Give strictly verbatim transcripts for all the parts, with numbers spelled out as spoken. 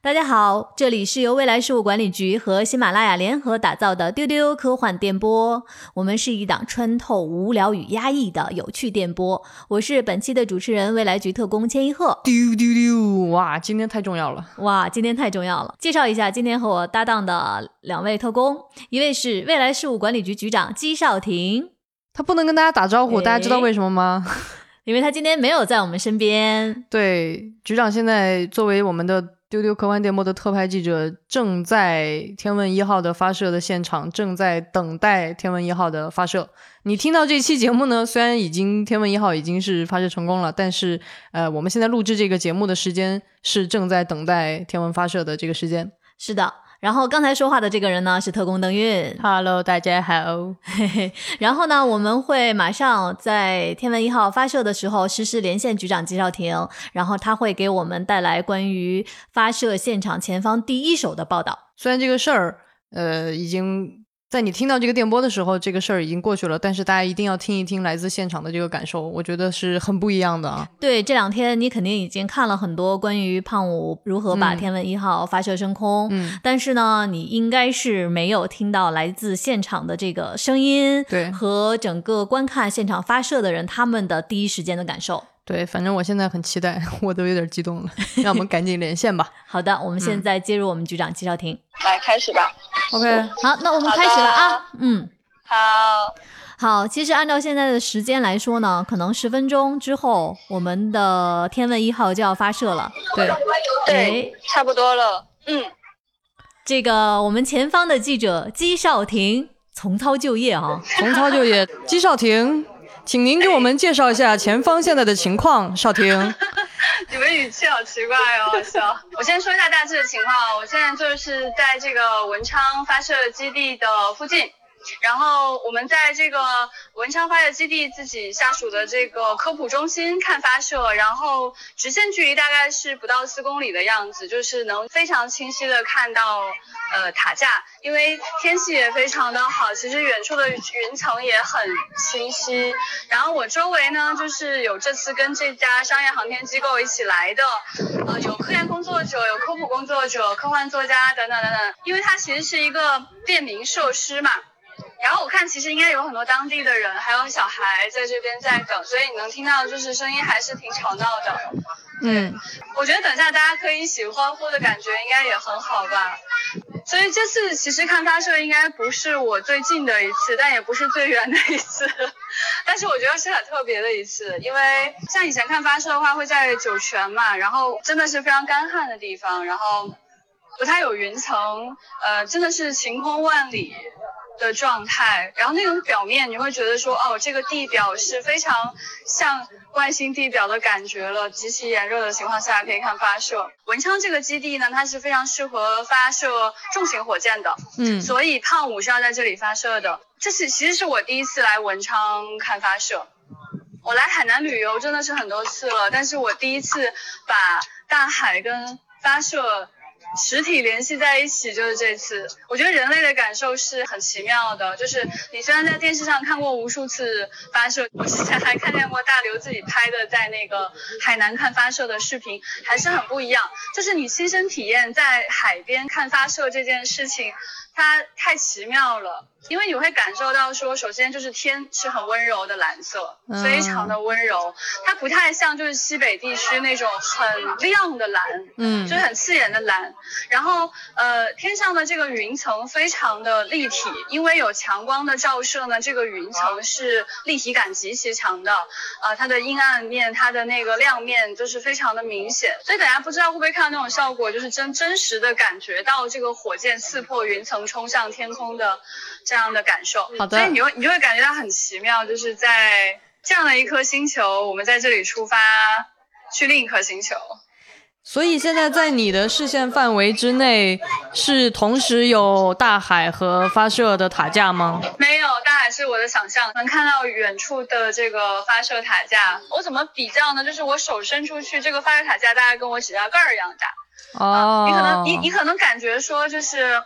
大家好，这里是由未来事务管理局和喜马拉雅联合打造的丢丢科幻电波，我们是一档穿透无聊与压抑的有趣电波。我是本期的主持人未来局特工千一鹤。 丢丢丢，哇，今天太重要了！ 哇，今天太重要了！介绍一下今天和我搭档的两位特工，一位是未来事务管理局局长姬少廷。 他不能跟大家打招呼，大家知道为什么吗？ 因为他今天没有在我们身边。 对，局长现在作为我们的丢丢科幻电波的特派记者，正在天问一号的发射的现场，正在等待天问一号的发射。你听到这期节目呢，虽然已经天问一号已经是发射成功了，但是呃，我们现在录制这个节目的时间是正在等待天问发射的这个时间。 是的。然后刚才说话的这个人呢是特工邓运。 Hello， 大家好。 然后呢我们会马上在天问一号发射的时候实时连线局长姬少廷，然后他会给我们带来关于发射现场前方第一手的报道。 虽然这个事儿呃已经在你听到这个电波的时候这个事儿已经过去了，但是大家一定要听一听来自现场的这个感受，我觉得是很不一样的啊。 对，这两天你肯定已经看了很多关于胖五如何把天问一号发射升空、嗯、但是呢你应该是没有听到来自现场的这个声音， 对， 和整个观看现场发射的人他们的第一时间的感受。 对，反正我现在很期待，我都有点激动了。让我们赶紧连线吧。 好的，我们现在接入我们局长姬少廷、 嗯、来开始吧。 OK， 好，那我们开始了啊。嗯， 好好，其实按照现在的时间来说呢，可能十分钟之后我们的天问一号就要发射了。对对，差不多了。嗯， 这个我们前方的记者姬少廷从操就业啊， 从操就业。姬少廷，请您给我们介绍一下前方现在的情况。少廷。 你们语气好奇怪哦，好笑。我先说一下大致的情况，我现在就是在这个文昌发射基地的附近，然后我们在这个文昌发射基地自己下属的这个科普中心看发射，然后直线距离大概是不到四公里的样子，就是能非常清晰的看到呃塔架，因为天气也非常的好，其实远处的云层也很清晰。然后我周围呢就是有这次跟这家商业航天机构一起来的呃有科研工作者，有科普工作者，科幻作家等等等等，因为它其实是一个便民设施嘛。然后我看其实应该有很多当地的人还有小孩在这边在等，所以你能听到就是声音还是挺吵闹的。嗯，我觉得等下大家可以一起欢呼的感觉应该也很好吧。所以这次其实看发射应该不是我最近的一次，但也不是最远的一次，但是我觉得是很特别的一次，因为像以前看发射的话会在酒泉嘛，然后真的是非常干旱的地方，然后不太有云层，呃，真的是晴空万里的状态，然后那种表面你会觉得说，哦，这个地表是非常像外星地表的感觉了，极其炎热的情况下可以看发射。文昌这个基地呢，它是非常适合发射重型火箭的，嗯，所以胖五是要在这里发射的。这是其实是我第一次来文昌看发射，我来海南旅游真的是很多次了，但是我第一次把大海跟发射实体联系在一起，就是这次。我觉得人类的感受是很奇妙的，就是你虽然在电视上看过无数次发射，我之前还看见过大刘自己拍的在那个海南看发射的视频，还是很不一样。就是你亲身体验在海边看发射这件事情，它太奇妙了，因为你会感受到说，首先就是天是很温柔的蓝色，非常的温柔，它不太像就是西北地区那种很亮的蓝，嗯，就是很刺眼的蓝。然后呃，天上的这个云层非常的立体，因为有强光的照射呢，这个云层是立体感极其强的，呃，它的阴暗面，它的那个亮面就是非常的明显。所以大家不知道会不会看到那种效果，就是真真实的感觉到这个火箭刺破云层冲向天空的这样的感受。 好的， 所以你会你就会感觉到很奇妙，就是在这样的一颗星球，我们在这里出发去另一颗星球。 所以现在在你的视线范围之内是同时有大海和发射的塔架吗？ 没有，大海是我的想象，能看到远处的这个发射塔架。我怎么比较呢？就是我手伸出去，这个发射塔架大概跟我指甲盖儿一样大。哦、呃，你可能你你可能感觉说就是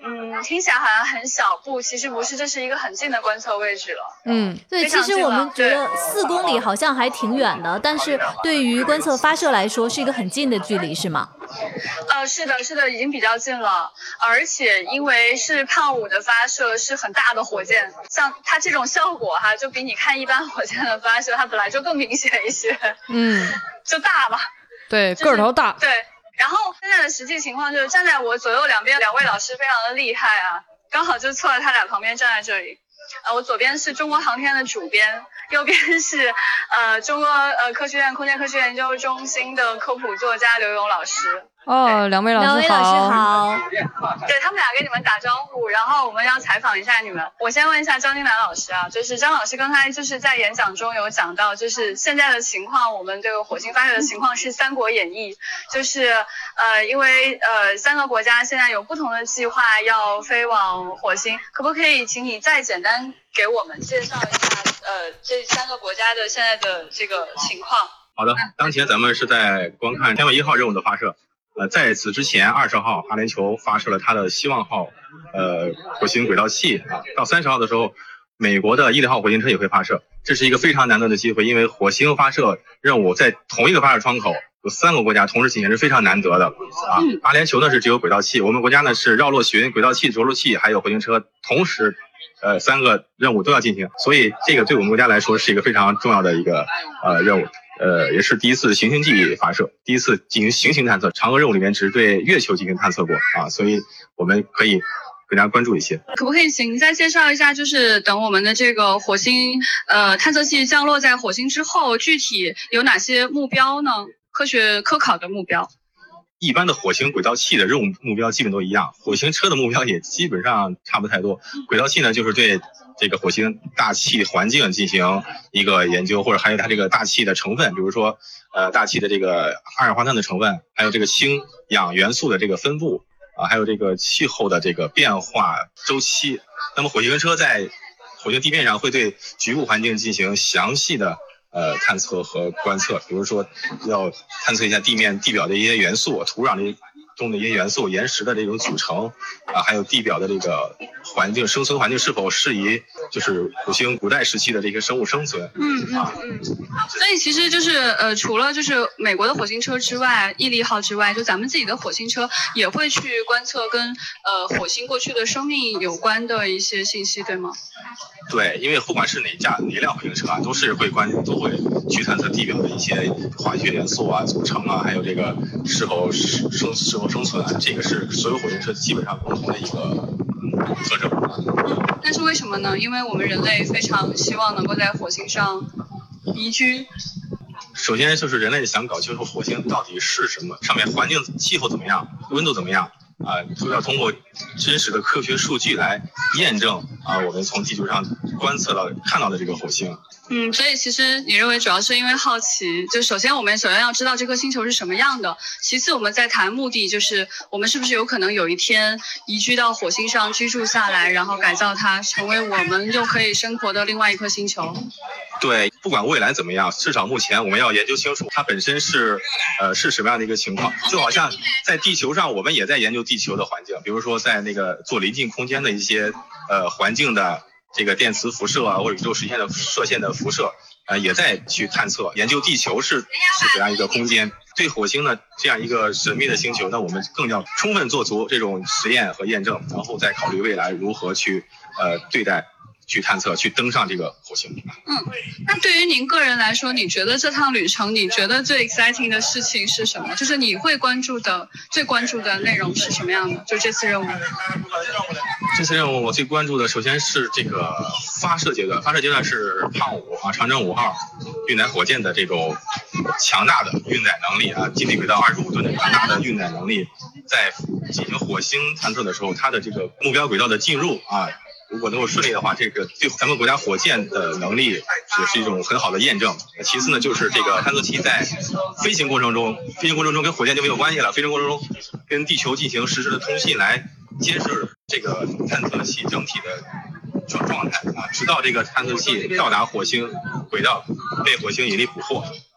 嗯，听起来好像很小，不，其实不是，这是一个很近的观测位置了。 嗯， 对，其实我们觉得四公里好像还挺远的，但是对于观测发射来说是一个很近的距离，是吗？ 呃，是的，是的，已经比较近了，而且因为是胖五的发射是很大的火箭，像它这种效果哈，就比你看一般火箭的发射，它本来就更明显一些。 嗯， 就大嘛。 对， 就是、 个头大。 对。然后现在的实际情况就是站在我左右两边两位老师非常的厉害啊，刚好就错在他俩旁边站在这里。呃，我左边是中国航天的主编，右边是呃中国呃科学院空间科学研究中心的科普作家刘勇老师。 哦，两位老师好。 两位老师好。 对，他们俩给你们打招呼，然后我们要采访一下你们。我先问一下张金南老师啊，就是张老师刚才就是在演讲中有讲到，就是现在的情况，我们这个火星发射的情况是三国演义，就是呃，因为呃三个国家现在有不同的计划要飞往火星，可不可以请你再简单给我们介绍一下呃这三个国家的现在的这个情况？ 好的，当前咱们是在观看天问一号任务的发射。呃，在此之前，二十号阿联酋发射了它的希望号，呃，火星轨道器啊。到三十号的时候，美国的毅力号火星车也会发射，这是一个非常难得的机会，因为火星发射任务在同一个发射窗口有三个国家同时进行是非常难得的啊。阿联酋呢是只有轨道器，我们国家呢是绕落巡、轨道器、着陆器还有火星车同时，呃，三个任务都要进行，所以这个对我们国家来说是一个非常重要的一个呃任务。呃，也是第一次行星际发射，第一次进行行星探测。嫦娥任务里面只是对月球进行探测过啊，所以我们可以更加关注一些。 可不可以请您再介绍一下，就是等我们的这个火星呃探测器降落在火星之后，具体有哪些目标呢？科学科考的目标。 一般的火星轨道器的任务目标基本都一样，火星车的目标也基本上差不太多。轨道器呢，就是对这个火星大气环境进行一个研究，或者还有它这个大气的成分，比如说呃大气的这个二氧化碳的成分，还有这个氢氧元素的这个分布啊，还有这个气候的这个变化周期。那么火星车在火星地面上会对局部环境进行详细的呃探测和观测，比如说要探测一下地面地表的一些元素，土壤的中的一些元素，岩石的这种组成啊，还有地表的这个环境生存环境是否适宜，就是火星古代时期的这个生物生存。 嗯嗯嗯。所以其实就是呃，除了就是美国的火星车之外，毅力号之外，就咱们自己的火星车也会去观测跟呃火星过去的生命有关的一些信息，对吗？ 对，因为不管是哪架哪辆火星车啊，都是会关都会去探测地表的一些化学元素啊、组成啊，还有这个是否生是否生存啊，这个是所有火星车基本上共同的一个嗯特征。 嗯，那是为什么呢？因为我们人类非常希望能够在火星上宜居。 首先就是人类想搞清楚火星到底是什么，上面环境气候怎么样，温度怎么样。啊，就要通过真实的科学数据来验证啊，我们从地球上观测到看到的这个火星。 嗯，所以其实你认为主要是因为好奇，就首先我们首先要知道这颗星球是什么样的，其次我们再谈目的，就是我们是不是有可能有一天移居到火星上居住下来，然后改造它，成为我们又可以生活的另外一颗星球。 对，不管未来怎么样，至少目前我们要研究清楚它本身是呃是什么样的一个情况。就好像在地球上，我们也在研究地球的环境，比如说在那个做临近空间的一些呃环境的这个电磁辐射啊，或者宇宙实现的射线的辐射，呃也在去探测研究地球是是怎样一个空间。对火星呢这样一个神秘的星球，那我们更要充分做足这种实验和验证，然后再考虑未来如何去呃对待。去探测，去登上这个火星。 嗯，那对于您个人来说，你觉得这趟旅程，你觉得最 exciting 的事情是什么？就是你会关注的、最关注的内容是什么样的？就这次任务。 这次任务我最关注的，首先是这个发射阶段。发射阶段是胖五啊，长征五号运载火箭的这种强大的运载能力啊，近地轨道二十五吨的强大的运载能力，在进行火星探测的时候，它的这个目标轨道的进入啊。如果能够顺利的话，这个对咱们国家火箭的能力也是一种很好的验证。其次呢，就是这个探测器在飞行过程中，飞行过程中跟火箭就没有关系了，飞行过程中跟地球进行实时的通信，来监视这个探测器整体的状状态啊，直到这个探测器到达火星轨道，被火星引力捕获。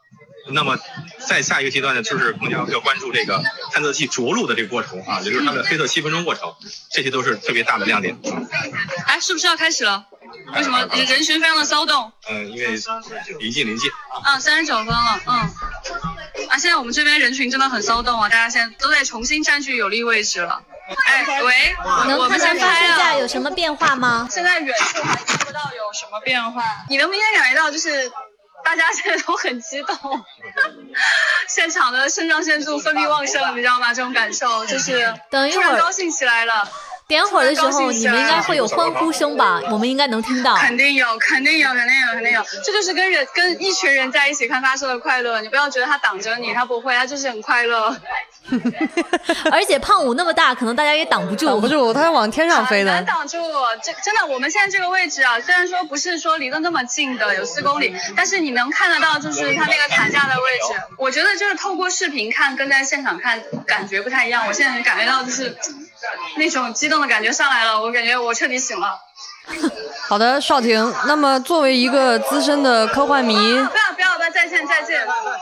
那么再下一个阶段呢，就是更加要关注这个探测器着陆的这个过程啊，也就是它的黑色七分钟过程，这些都是特别大的亮点。 哎，是不是要开始了？为什么人群非常的骚动？ 嗯，因为临近临近。 啊，三十九分了，嗯。啊，现在我们这边人群真的很骚动啊，大家现在都在重新占据有利位置了。哎，喂， 能我们看到发射先拍了。 架有什么变化吗？ 现在远处还看不到有什么变化，你能明显感觉到就是大家现在都很激动，现场的肾上腺素分泌旺盛，你知道吗？这种感受就是等一会儿突然高兴起来了。 点火的时候，你们应该会有欢呼声吧？我们应该能听到。 肯定有，肯定有，肯定有，肯定有。这就是跟人跟一群人在一起看发射的快乐。你不要觉得他挡着你，他不会，他就是很快乐。 而且胖五那么大，可能大家也挡不住。 挡不住，他要往天上飞的。 很难挡住，这真的，我们现在这个位置啊，虽然说不是说离得那么近的，有四公里，但是你能看得到，就是它那个塔架的位置。我觉得就是透过视频看，跟在现场看感觉不太一样。我现在能感觉到就是那种激动的感觉上来了，我感觉我彻底醒了。 好的，邵婷，那么作为一个资深的科幻迷， 不要不要不要，再见再见。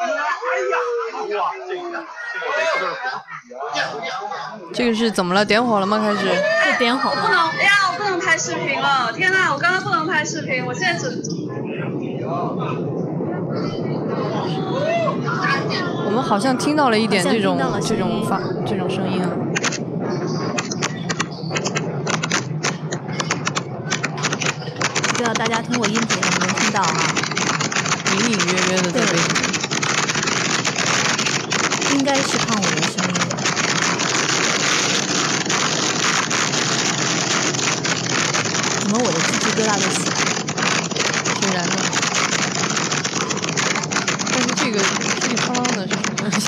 这个是怎么了？点火了吗？开始？ 就点火我不能，哎呀，我不能拍视频了！天哪，我刚刚不能拍视频，我现在只。 我们好像听到了一点这种这这种发这种声音啊。 不知道大家通过音频能不能听到啊？ 隐隐约约的在背景， 应该是胖五的声音。怎么我的鸡皮疙瘩都起来了？ 挺燃的。但是这个噼里啪啦的是什么东西？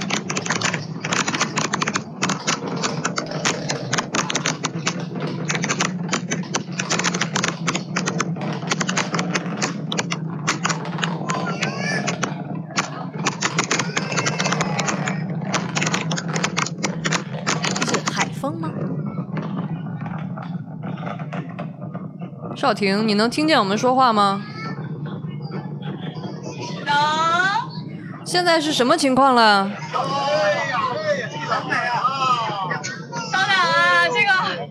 少婷，你能听见我们说话吗？ 能。 现在是什么情况了？ 稍等啊，这个。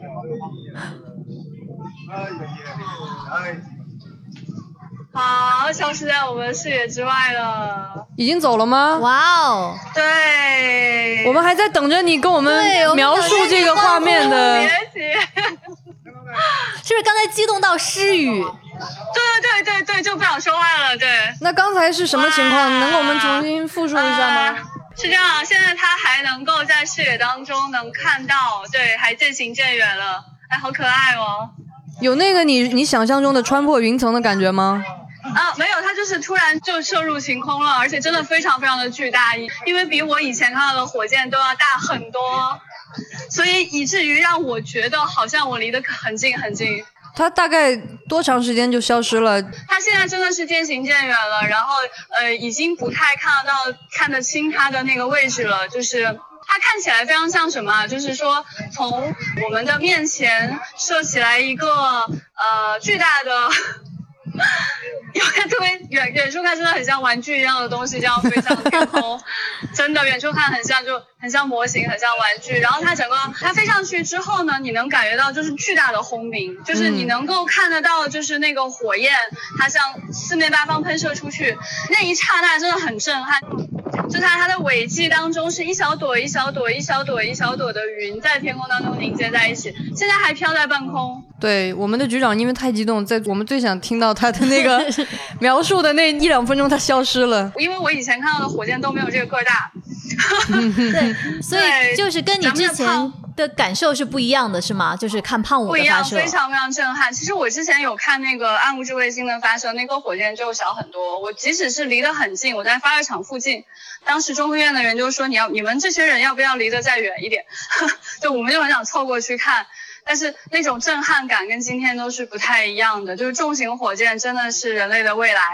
好，消失在我们视野之外了。 已经走了吗？ 哇哦！ 对。 我们还在等着你跟我们描述这个画面的。 别急。 是不是刚才激动到失语？ 对对对对，就不想说话了。对。 那刚才是什么情况？能给我们重新复述一下吗？ 呃、是这样，现在他还能够在视野当中能看到，对，还渐行渐远了。哎，好可爱哦！ 有那个你你想象中的穿破云层的感觉吗？ 啊，没有，它就是突然就射入晴空了，而且真的非常非常的巨大，因为比我以前看到的火箭都要大很多。所以以至于让我觉得好像我离得很近很近。 它大概多长时间就消失了？ 它现在真的是渐行渐远了，然后呃已经不太看得到看得清它的那个位置了，就是它看起来非常像什么？就是说从我们的面前射起来一个呃巨大的。有点特别远远处看真的很像玩具一样的东西这样飞上天空，真的远处看很像，就很像模型，很像玩具。然后它整个它飞上去之后呢，你能感觉到就是巨大的轰鸣，就是你能够看得到就是那个火焰它向四面八方喷射出去，那一刹那真的很震撼。就它它的尾迹当中是一小朵一小朵一小朵一小朵的云在天空当中凝结在一起，现在还飘在半空。 对，我们的局长因为太激动，在我们最想听到他的那个描述的那一两分钟，他消失了。 因为我以前看到的火箭都没有这个个大。 对，所以就是跟你之前的感受是不一样的，是吗？就是看胖五的发射， 不一样，非常非常震撼。其实我之前有看那个暗物质卫星的发射，那颗火箭就小很多。我即使是离得很近，我在发射场附近，当时中科院的人就说：“你要你们这些人要不要离得再远一点？”就我们就很想凑过去看。但是那种震撼感跟今天都是不太一样的，就是重型火箭真的是人类的未来啊！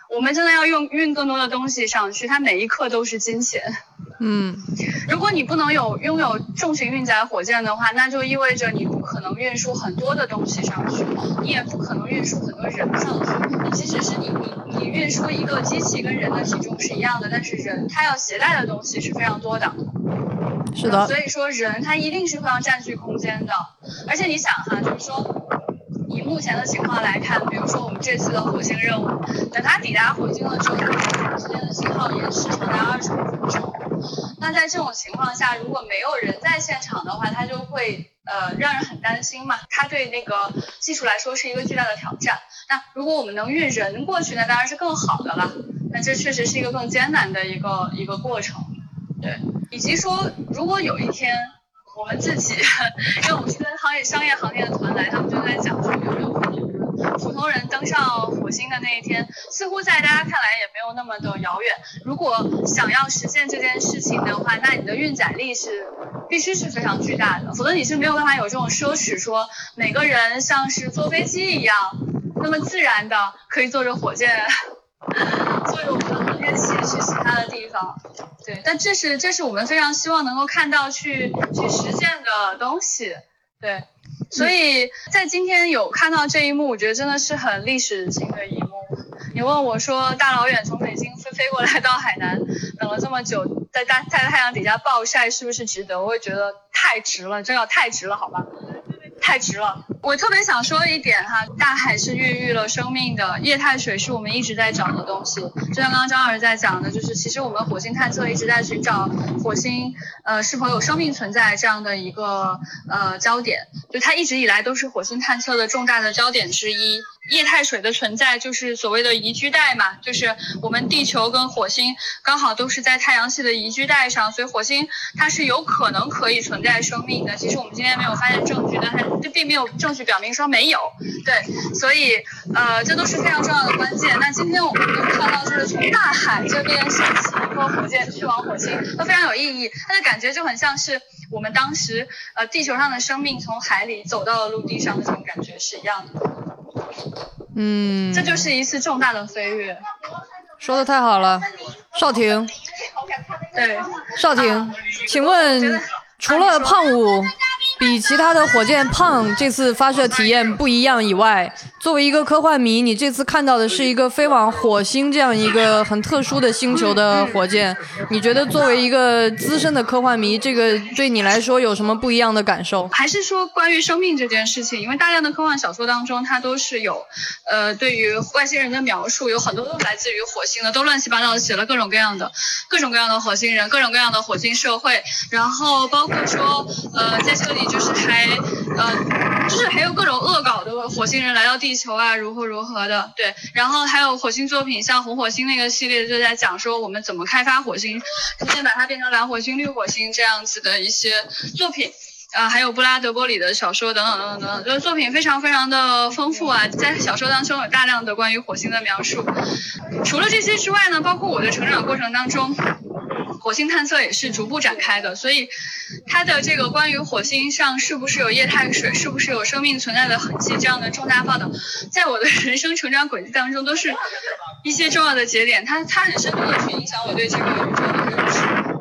我们真的要用运更多的东西上去，它每一克都是金钱。 嗯， 如果你不能有拥有重型运载火箭的话，那就意味着你不可能运输很多的东西上去，你也不可能运输很多人上去。即使是你你你运输一个机器跟人的体重是一样的，但是人他要携带的东西是非常多的。 是的。 所以说人他一定是会要占据空间的，而且你想哈，就是说。以目前的情况来看，比如说我们这次的火星任务，等它抵达火星了之后，之间的信号延时长达二十五分钟。那在这种情况下，如果没有人在现场的话，它就会呃让人很担心嘛。它对那个技术来说是一个巨大的挑战。那如果我们能运人过去，那当然是更好的了。那这确实是一个更艰难的一个一个过程，对。以及说，如果有一天。我们自己，因为我们是跟行业商业行业的团来，他们就在讲说有没有可能普通人登上火星的那一天，似乎在大家看来也没有那么的遥远。如果想要实现这件事情的话，那你的运载力是必须是非常巨大的，否则你是没有办法有这种奢侈，说每个人像是坐飞机一样那么自然的可以坐着火箭。作为我们的航天器去其他的地方，对，但这是这是我们非常希望能够看到去去实现的东西，对，所以在今天有看到这一幕，我觉得真的是很历史性的一幕。你问我说，大老远从北京飞飞过来到海南，等了这么久，在大在太阳底下暴晒，是不是值得？我会觉得太值了，真的太值了，好吧？太值了。我特别想说一点哈，大海是孕育了生命的，液态水是我们一直在找的东西。就像刚刚张老师在讲的，就是其实我们火星探测一直在寻找火星呃是否有生命存在这样的一个呃焦点，就它一直以来都是火星探测的重大的焦点之一。液态水的存在就是所谓的宜居带嘛，就是我们地球跟火星刚好都是在太阳系的宜居带上，所以火星它是有可能可以存在生命的。其实我们今天没有发现证据，但它这并没有证据表明说没有，对，所以呃这都是非常重要的关键。那今天我们能看到就是从大海这边升起一颗火箭去往火星，都非常有意义。它的感觉就很像是我们当时呃地球上的生命从海里走到了陆地上的这种感觉是一样的。 嗯， 这就是一次重大的飞跃。 说的太好了，少廷。 对， 少廷，啊、请问除了胖五比其他的火箭胖这次发射体验不一样以外，作为一个科幻迷，你这次看到的是一个飞往火星这样一个很特殊的星球的火箭，你觉得作为一个资深的科幻迷，这个对你来说有什么不一样的感受？ 还是说关于生命这件事情，因为大量的科幻小说当中它都是有呃对于外星人的描述，有很多都来自于火星的，都乱七八糟的写了各种各样的各种各样的火星人，各种各样的火星社会，然后包括说呃在这里就是还呃就是还有各种恶搞的火星人来到地球啊，如何如何的，对，然后还有火星作品，像红火星那个系列就在讲说我们怎么开发火星，逐渐把它变成蓝火星、绿火星这样子的一些作品。啊、呃，还有布拉德波里的小说等等等等等等，就是作品非常非常的丰富啊，在小说当中有大量的关于火星的描述。除了这些之外呢，包括我的成长过程当中，火星探测也是逐步展开的，所以它的这个关于火星上是不是有液态水，是不是有生命存在的痕迹这样的重大报道，在我的人生成长轨迹当中都是一些重要的节点，它它很深度的去影响我对这个宇宙的认识。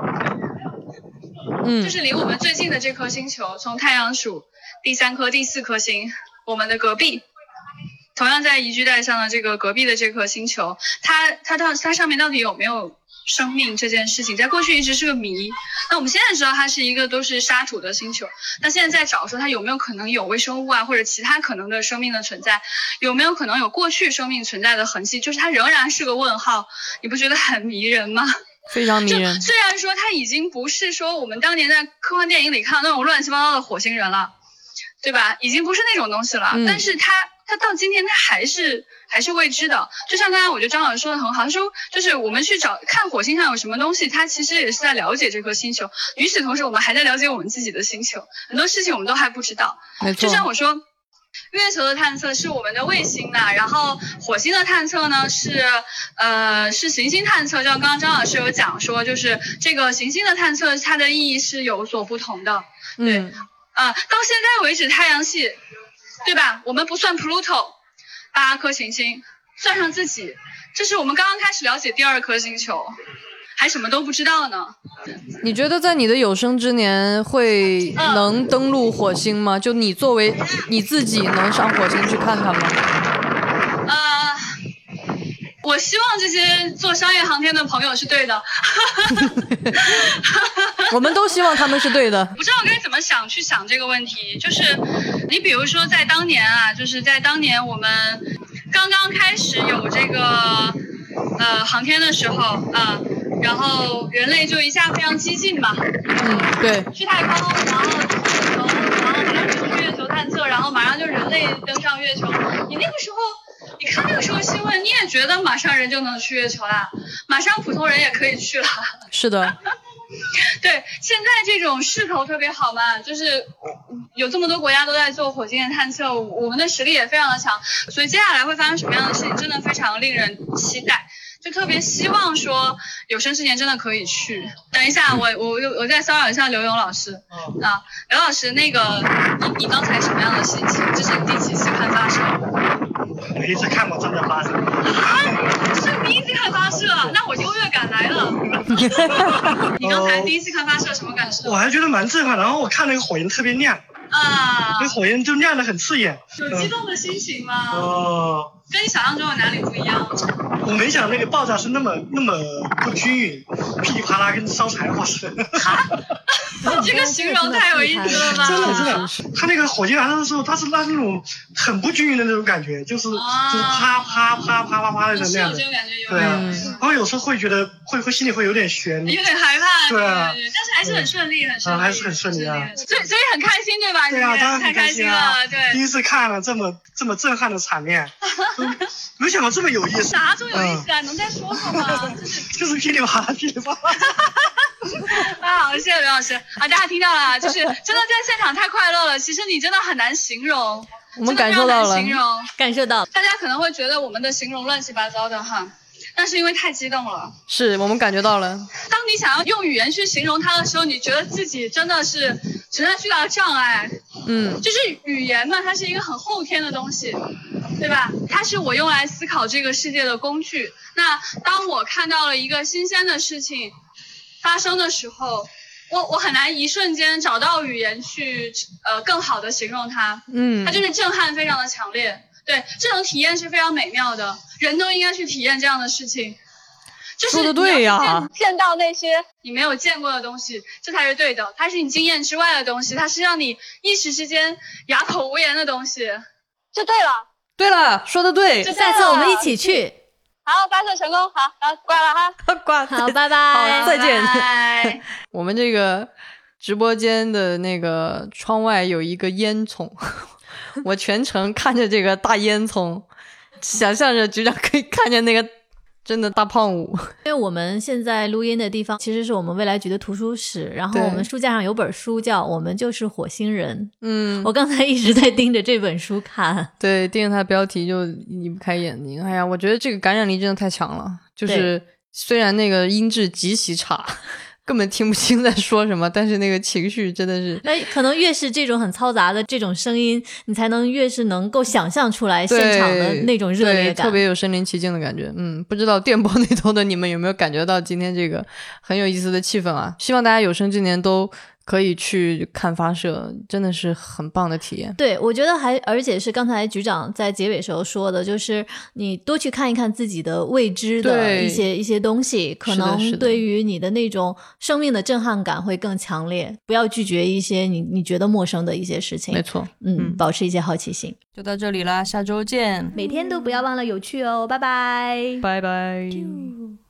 嗯， 就是离我们最近的这颗星球，从太阳属第三颗、第四颗星，我们的隔壁，同样在宜居带上的这个隔壁的这颗星球，它它到它上面到底有没有生命这件事情，在过去一直是个谜。那我们现在知道它是一个都是沙土的星球，那现在在找说它有没有可能有微生物啊，或者其他可能的生命的存在，有没有可能有过去生命存在的痕迹，就是它仍然是个问号，你不觉得很迷人吗？ 非常迷人。 虽然说它已经不是说我们当年在科幻电影里看到那种乱七八糟的火星人了，对吧？已经不是那种东西了。嗯、但是它它到今天它还是还是未知的。就像刚才我觉得张老师说的很好，他说就是我们去找看火星上有什么东西，它其实也是在了解这颗星球。与此同时，我们还在了解我们自己的星球，很多事情我们都还不知道。 没错。 就像我说。月球的探测是我们的卫星呐，然后火星的探测呢是呃是行星探测，就像刚刚张老师有讲说，就是这个行星的探测它的意义是有所不同的。对， 嗯， 啊、呃，到现在为止太阳系，对吧？我们不算 Pluto， 八颗行星， 算上自己，这是我们刚刚开始了解第二颗星球，还什么都不知道呢。 你觉得在你的有生之年会能登陆火星吗？就你作为你自己能上火星去看看吗？ 呃，我希望这些做商业航天的朋友是对的。 我们都希望他们是对的。 不知道该怎么想去想这个问题，就是你比如说在当年啊，就是在当年我们刚刚开始有这个呃航天的时候啊、呃，然后人类就一下非常激进嘛， 嗯，对， 去太空，然后去月球，然后马上就去月球探测，然后马上就人类登上月球。你那个时候，你看那个时候新闻，你也觉得马上人就能去月球啦，马上普通人也可以去了。 是的。 对，现在这种势头特别好嘛，就是有这么多国家都在做火星的探测，我们的实力也非常的强，所以接下来会发生什么样的事情，真的非常令人期待。就特别希望说有生之年真的可以去。等一下，我我我再骚扰一下刘勇老师啊，刘老师，那个你你刚才什么样的心情？这是你第几次看发射？ 我第一次看过真的发射。 啊，这是你第一次看发射，那我优越感来了。你刚才第一次看发射什么感受？ 我还觉得蛮震撼，然后我看那个火焰特别亮啊， 那火焰就亮得很刺眼。 有激动的心情吗？ 哦。 跟你想象中有哪里不一样？ 我没想那个爆炸是那么那么不均匀，噼里啪啦跟烧柴火似的。 这个形容太有意思了吧？ 真的真的，它那个火箭燃烧的时候，它是那那种很不均匀的那种感觉，就是、啊、就是啪啪啪啪啪啪的那样的。 是有这种感觉，有。 对啊，然后有时候会觉得会会心里会有点悬， 有点害怕。 对啊， 对对对，但是还是很顺利，很顺利， 啊、还是很顺利啊。 所以所以很开心对吧？ 对啊，当然很开心啊。 对， 第一次看了这么这么震撼的场面。没想到这么有意思， 哪种有意思啊？嗯、能再说说吗？ 就是噼里啪啦，噼里啪啦。 啊，好，谢谢刘老师啊！大家听到了，就是真的在现场太快乐了。其实你真的很难形容， 我们感受到了， 形容感受到。 大家可能会觉得我们的形容乱七八糟的哈，但是因为太激动了， 是我们感觉到了。 当你想要用语言去形容它的时候，你觉得自己真的是存在巨大的障碍。 嗯， 就是语言嘛，它是一个很后天的东西，对吧？它是我用来思考这个世界的工具。那当我看到了一个新鲜的事情发生的时候，我我很难一瞬间找到语言去呃更好的形容它。 嗯， 它就是震撼非常的强烈。对，这种体验是非常美妙的，人都应该去体验这样的事情。就是说的对呀， 见, 见到那些你没有见过的东西，这才是对的。它是你经验之外的东西，它是让你一时之间哑口无言的东西。就对了， 对了，说的对。 下次我们一起去。 好，发射成功，好，好，挂了哈， 挂， 好，拜拜， 好，再见。 拜我们这个直播间的那个窗外有一个烟囱，我全程看着这个大烟囱，想象着局长可以看见那个。真的大胖舞。 因为我们现在录音的地方其实是我们未来局的图书室，然后我们书架上有本书叫《我们就是火星人》。 嗯， 我刚才一直在盯着这本书看， 对，盯着它标题就离不开眼睛。哎呀，我觉得这个感染力真的太强了，就是虽然那个音质极其差，根本听不清在说什么，但是那个情绪真的是， 哎，可能越是这种很嘈杂的这种声音，你才能越是能够想象出来现场的那种热烈感， 特别有身临其境的感觉。嗯，不知道电波那头的你们有没有感觉到今天这个很有意思的气氛啊？希望大家有生之年都可以去看发射，真的是很棒的体验。 对，我觉得还而且是刚才局长在结尾时候说的，就是你多去看一看自己的未知的一些一些东西，可能对于你的那种生命的震撼感会更强烈。不要拒绝一些你你觉得陌生的一些事情。 没错， 嗯，嗯保持一些好奇心。 就到这里啦，下周见。 每天都不要忘了有趣哦，拜拜， 拜拜。